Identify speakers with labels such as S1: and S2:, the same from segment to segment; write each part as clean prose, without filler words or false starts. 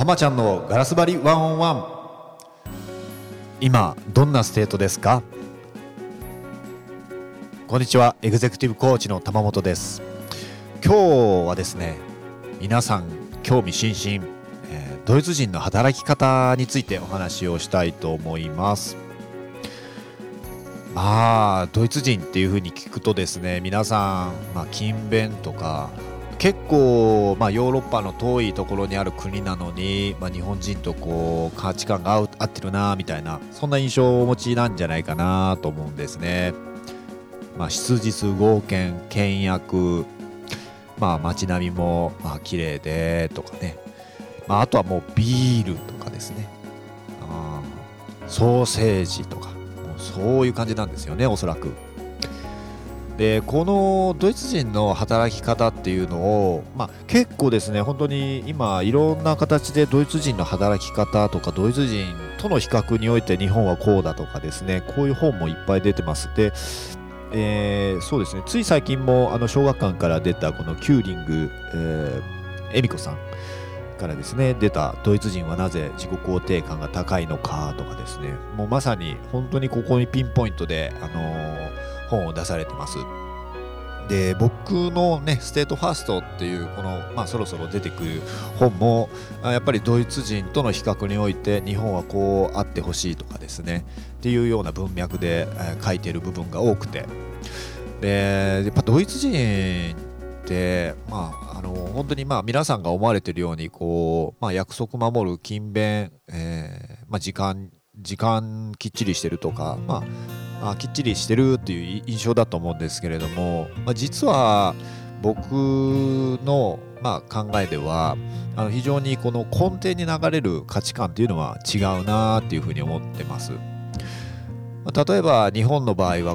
S1: たまちゃんのガラス張りワンオンワン。今どんなステートですか？こんにちは、エグゼクティブコーチの玉本です。今日はですね、皆さん興味津々、ドイツ人の働き方についてお話をしたいと思います。ドイツ人っていう風に聞くとですね、皆さん、勤勉とか結構、ヨーロッパの遠いところにある国なのに、日本人と価値観が合ってるなみたいな、そんな印象をお持ちなんじゃないかなと思うんですね。質実剛健、倹約、街並みも綺麗でとかね、あとはもうビールとかですね、ソーセージとか、そういう感じなんですよね、おそらく。でこのドイツ人の働き方っていうのを、結構ですね、本当に今いろんな形でドイツ人の働き方とかドイツ人との比較において日本はこうだとかですね、こういう本もいっぱい出てます。で、そうですね、つい最近も小学館から出たこのキューリング、恵美子さんからですね出たドイツ人はなぜ自己肯定感が高いのかとかですね、もうまさに本当にここにピンポイントで、本を出されてます。で僕のね、ステートファーストっていうこの、そろそろ出てくる本もやっぱりドイツ人との比較において日本はこうあってほしいとかですねっていうような文脈で、書いている部分が多くて、でやっぱドイツ人って本当に皆さんが思われているように約束守る、勤勉、時間きっちりしてるとか、きっちりしてるっていう印象だと思うんですけれども、実は僕の考えでは非常にこの根底に流れる価値観っていうのは違うなっていうふうに思ってます。例えば日本の場合は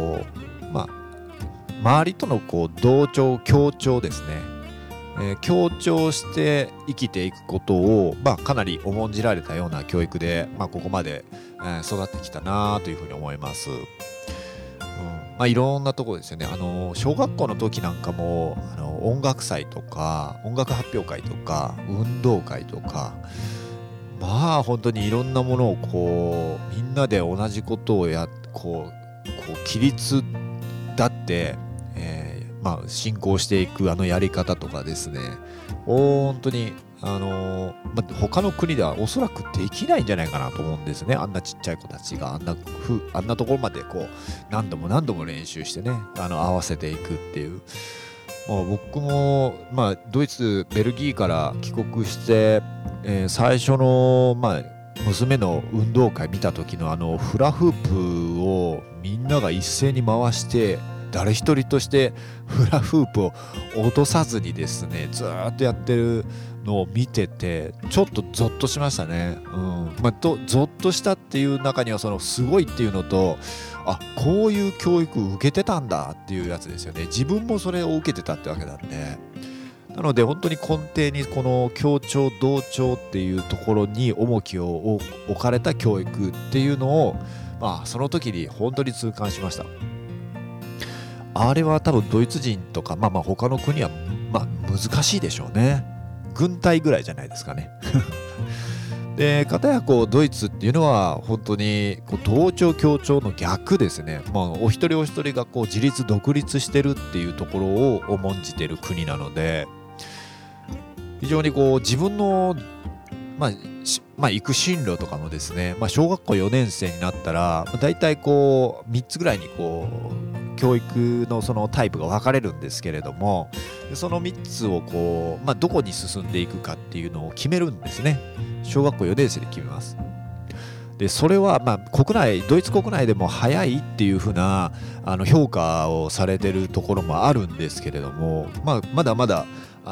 S1: 周りとの同調協調ですね、協調して生きていくことを、かなり重んじられたような教育で、ここまで、育ってきたなというふうに思います。いろんなところですよね。小学校の時なんかも音楽祭とか音楽発表会とか運動会とか、本当にいろんなものをみんなで同じことを規律だって、進行していくやり方とかですね、本当に他の国ではおそらくできないんじゃないかなと思うんですね。あんなちっちゃい子たちがあんなところまで何度も練習してね、合わせていくっていう。僕も、ドイツベルギーから帰国して、最初の、娘の運動会見た時のフラフープをみんなが一斉に回して誰一人としてフラフープを落とさずにですねずーっとやってるのを見ててちょっとゾッとしましたね。ゾッとしたっていう中にはすごいっていうのと、こういう教育受けてたんだっていうやつですよね。自分もそれを受けてたってわけなんで、なので本当に根底にこの協調同調っていうところに重きを置かれた教育っていうのを、その時に本当に痛感しました。あれは多分ドイツ人とか他の国は難しいでしょうね。軍隊ぐらいじゃないですかね。で片やドイツっていうのは本当に同調協調の逆ですね。お一人お一人が自立独立してるっていうところを重んじてる国なので、非常に自分の行く進路とかもですね、小学校4年生になったらだいたい3つぐらいに教育のそのタイプが分かれるんですけれども、その3つをどこに進んでいくかっていうのを決めるんですね。小学校4年生で決めます。でそれはドイツ国内でも早いっていう風な評価をされてるところもあるんですけれども、まだまだ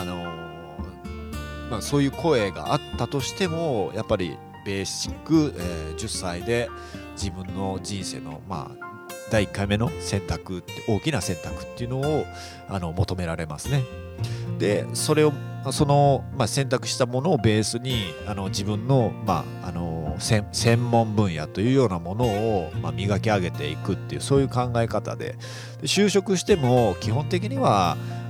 S1: そういう声があったとしてもやっぱりベーシック、10歳で自分の人生の第1回目の選択って大きな選択っていうのを求められますね。でそれを選択したものをベースに自分の、専門分野というようなものを、磨き上げていくっていうそういう考え方で、就職しても基本的には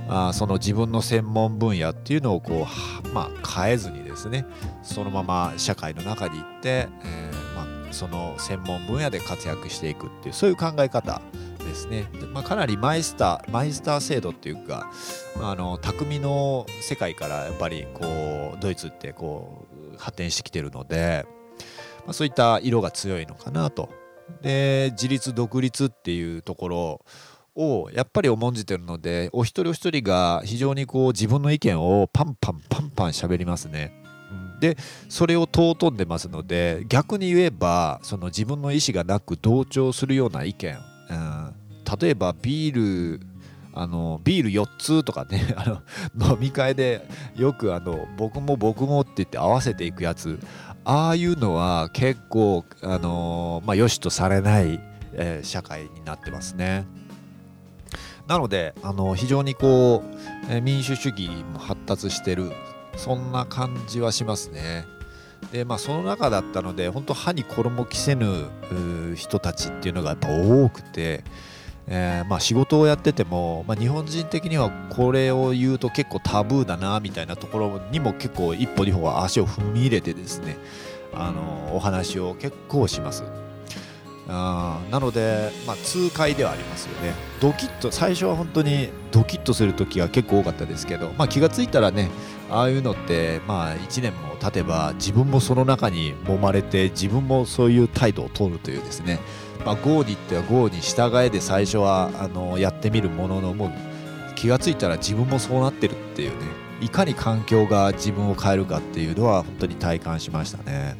S1: その自分の専門分野っていうのを変えずにですね、そのまま社会の中に行って、その専門分野で活躍していくっていう、そういう考え方ですね。かなりマイスター制度っていうか、匠の世界からやっぱりドイツって発展してきてるので、そういった色が強いのかなと。で、自立独立っていうところをやっぱり重んじてるので、お一人お一人が非常に自分の意見をパンパン喋りますね。でそれを尊んでますので、逆に言えばその自分の意思がなく同調するような意見、例えばビール4つとかね飲み会でよく僕もって言って合わせていくやつ、ああいうのは結構良しとされない、社会になってますね。なので非常に民主主義も発達してる、そんな感じはしますね。でその中だったので、本当歯に衣着せぬ人たちっていうのがやっぱ多くて、仕事をやってても、日本人的にはこれを言うと結構タブーだなみたいなところにも結構一歩二歩は足を踏み入れてですね、お話を結構します。なので、痛快ではありますよね。ドキッと、最初は本当にドキッとする時が結構多かったですけど、気がついたらね、ああいうのって1年も経てば自分もその中に揉まれて、自分もそういう態度を取るというですね、GOに行っては GOに従えで最初はやってみるものの、もう気がついたら自分もそうなってるっていうね、いかに環境が自分を変えるかっていうのは本当に体感しましたね。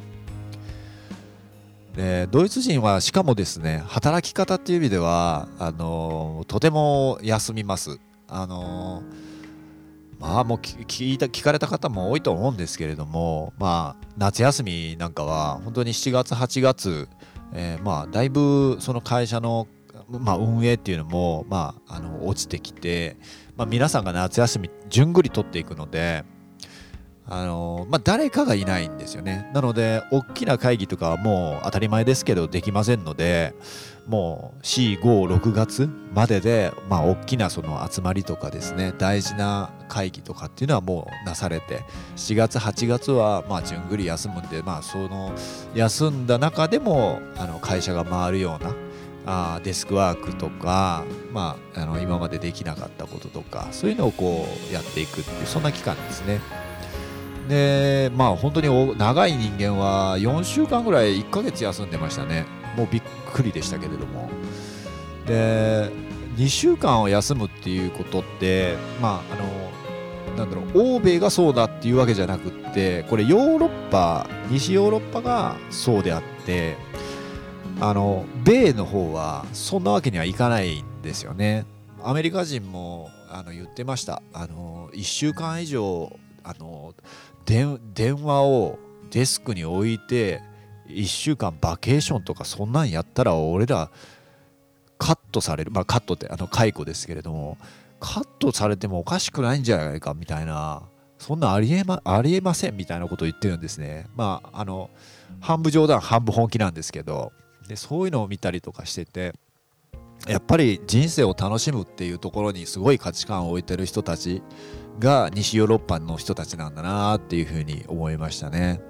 S1: でドイツ人はしかもですね、働き方っていう意味ではとても休みます。もう聞かれた方も多いと思うんですけれども、夏休みなんかは本当に7月8月、だいぶその会社の、運営っていうのも、落ちてきて、皆さんが夏休みじゅんぐり取っていくので、誰かがいないんですよね。なので大きな会議とかはもう当たり前ですけどできませんので、もう4、5、6月までで、大きなその集まりとかですね、大事な会議とかっていうのはもうなされて、7月8月はじゅんぐり休むんで、その休んだ中でも会社が回るようなデスクワークとか、今までできなかったこととか、そういうのをやっていくっていう、そんな期間ですね。で本当に長い人間は4週間ぐらい1ヶ月休んでましたね。もうびっくりでしたけれども。で2週間を休むっていうことって、欧米がそうだっていうわけじゃなくって、これ西ヨーロッパがそうであって、米の方はそんなわけにはいかないんですよね。アメリカ人も言ってました。1週間以上電話をデスクに置いて1週間バケーションとかそんなんやったら俺らカットされる、カットって解雇ですけれども、カットされてもおかしくないんじゃないかみたいな、そんなありえませんみたいなことを言ってるんですね。半分冗談半分本気なんですけど、でそういうのを見たりとかしてて、やっぱり人生を楽しむっていうところにすごい価値観を置いてる人たちが西ヨーロッパの人たちなんだなっていうふうに思いましたね。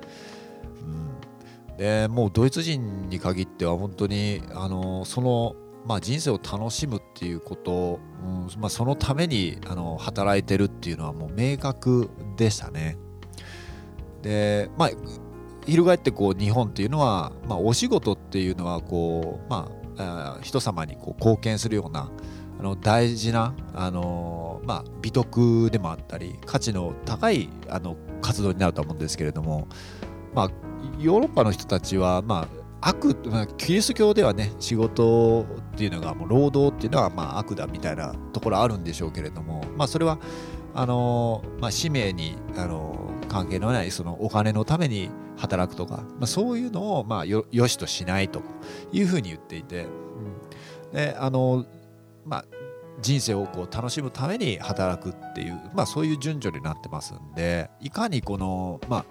S1: でもうドイツ人に限っては本当にその、人生を楽しむっていうこと、そのために働いてるっていうのはもう明確でしたね。で翻って日本っていうのは、お仕事っていうのは人様に貢献するような大事な美徳でもあったり価値の高い活動になると思うんですけれども、ヨーロッパの人たちはキリスト教ではね、仕事っていうのがもう労働っていうのは悪だみたいなところあるんでしょうけれども、それは使命に関係のないそのお金のために働くとか、そういうのをよしとしないというふうに言っていて、で人生を楽しむために働くっていう、そういう順序になってますんで、いかにこの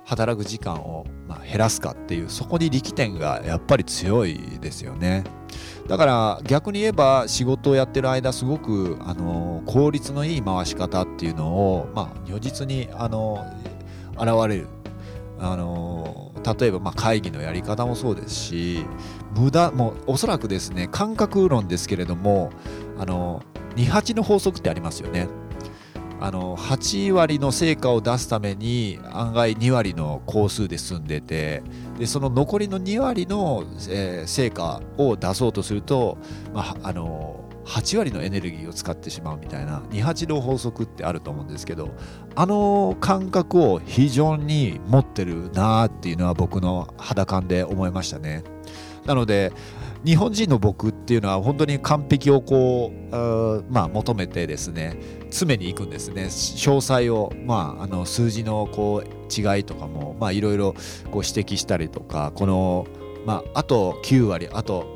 S1: 働く時間を減らすかっていう、そこに力点がやっぱり強いですよね。だから逆に言えば仕事をやってる間すごく効率のいい回し方っていうのを如実に現れる。例えば会議のやり方もそうですし、無駄もおそらくですね、感覚論ですけれども28の法則ってありますよね。8割の成果を出すために案外2割の工数で済んでて、でその残りの2割の、成果を出そうとすると、8割のエネルギーを使ってしまうみたいな28の法則ってあると思うんですけど、感覚を非常に持ってるなっていうのは僕の肌感で思いましたね。なので日本人の僕っていうのは本当に完璧を求めてですね、詰めに行くんですね。詳細を、数字の違いとかもいろいろ指摘したりとか、あと9割あと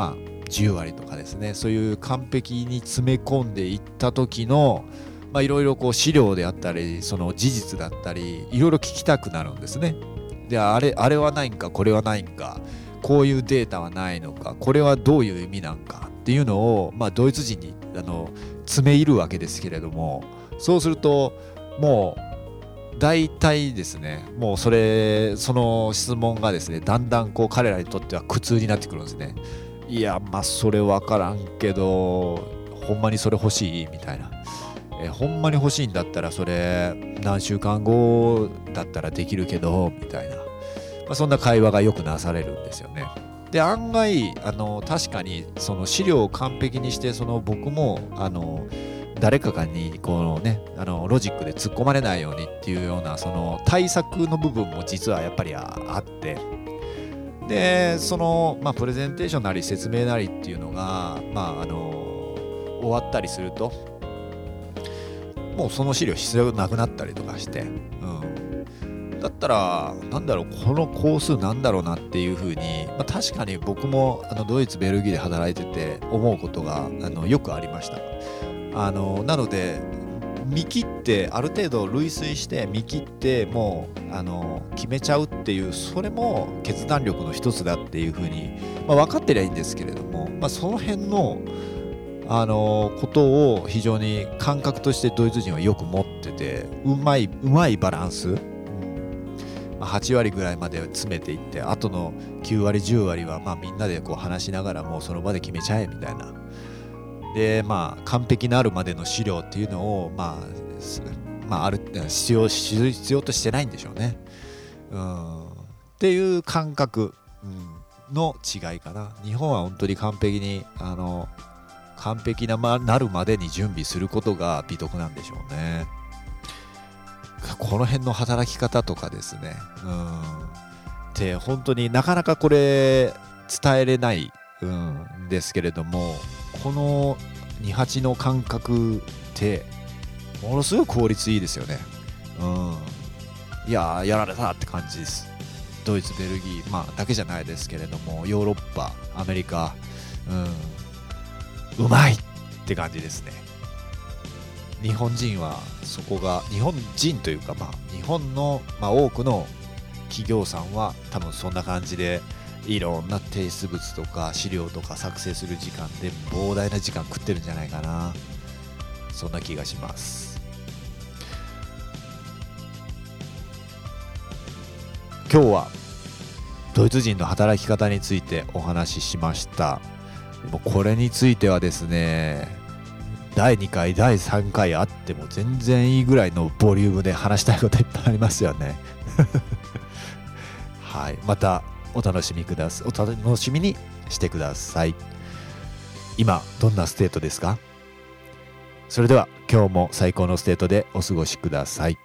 S1: 10割とかですね、そういう完璧に詰め込んでいった時のいろいろ資料であったり、その事実だったりいろいろ聞きたくなるんですね。であれはないんか、これはないんか、こういうデータはないのか、これはどういう意味なんかっていうのを、ドイツ人に詰め入るわけですけれども、そうするともう大体ですね、もうその質問がですね、だんだん彼らにとっては苦痛になってくるんですね。いやそれ分からんけど、ほんまにそれ欲しいみたいな、ほんまに欲しいんだったらそれ何週間後だったらできるけどみたいな、そんな会話がよくなされるんですよね。で案外確かにその資料を完璧にして、僕も誰かにロジックで突っ込まれないようにっていうようなその対策の部分も実はやっぱりあって、でプレゼンテーションなり説明なりっていうのが終わったりすると、もうその資料必要なくなったりとかして、だったらこの工数なんだろうなっていうふうに、確かに僕もドイツベルギーで働いてて思うことがよくありました。なので見切って、ある程度類推して見切ってもう決めちゃうっていう、それも決断力の一つだっていうふうに、分かってりゃいいんですけれども、その辺のことを非常に感覚としてドイツ人はよく持ってて、うまいバランス、8割ぐらいまで詰めていって、あとの9割10割はみんなで話しながらもうその場で決めちゃえみたいな。で完璧なるまでの資料っていうのをある必要としてないんでしょうね。っていう感覚、の違いかな。日本は本当に完璧なるまでに準備することが美徳なんでしょうね。この辺の働き方とかですね、って本当になかなかこれ伝えれないんですけれども、この28の感覚ってものすごい効率いいですよね。いややられたって感じです。ドイツ、ベルギー、だけじゃないですけれども、ヨーロッパ、アメリカ、うまいって感じですね。日本人はそこが、日本人というか、日本の、多くの企業さんは多分そんな感じで、いろんな提出物とか資料とか作成する時間で膨大な時間食ってるんじゃないかな、そんな気がします。今日はドイツ人の働き方についてお話ししました。これについてはですね、第2回第3回あっても全然いいぐらいのボリュームで話したいこといっぱいありますよねはい、またお楽しみにしてください。今どんなステートですか？それでは今日も最高のステートでお過ごしください。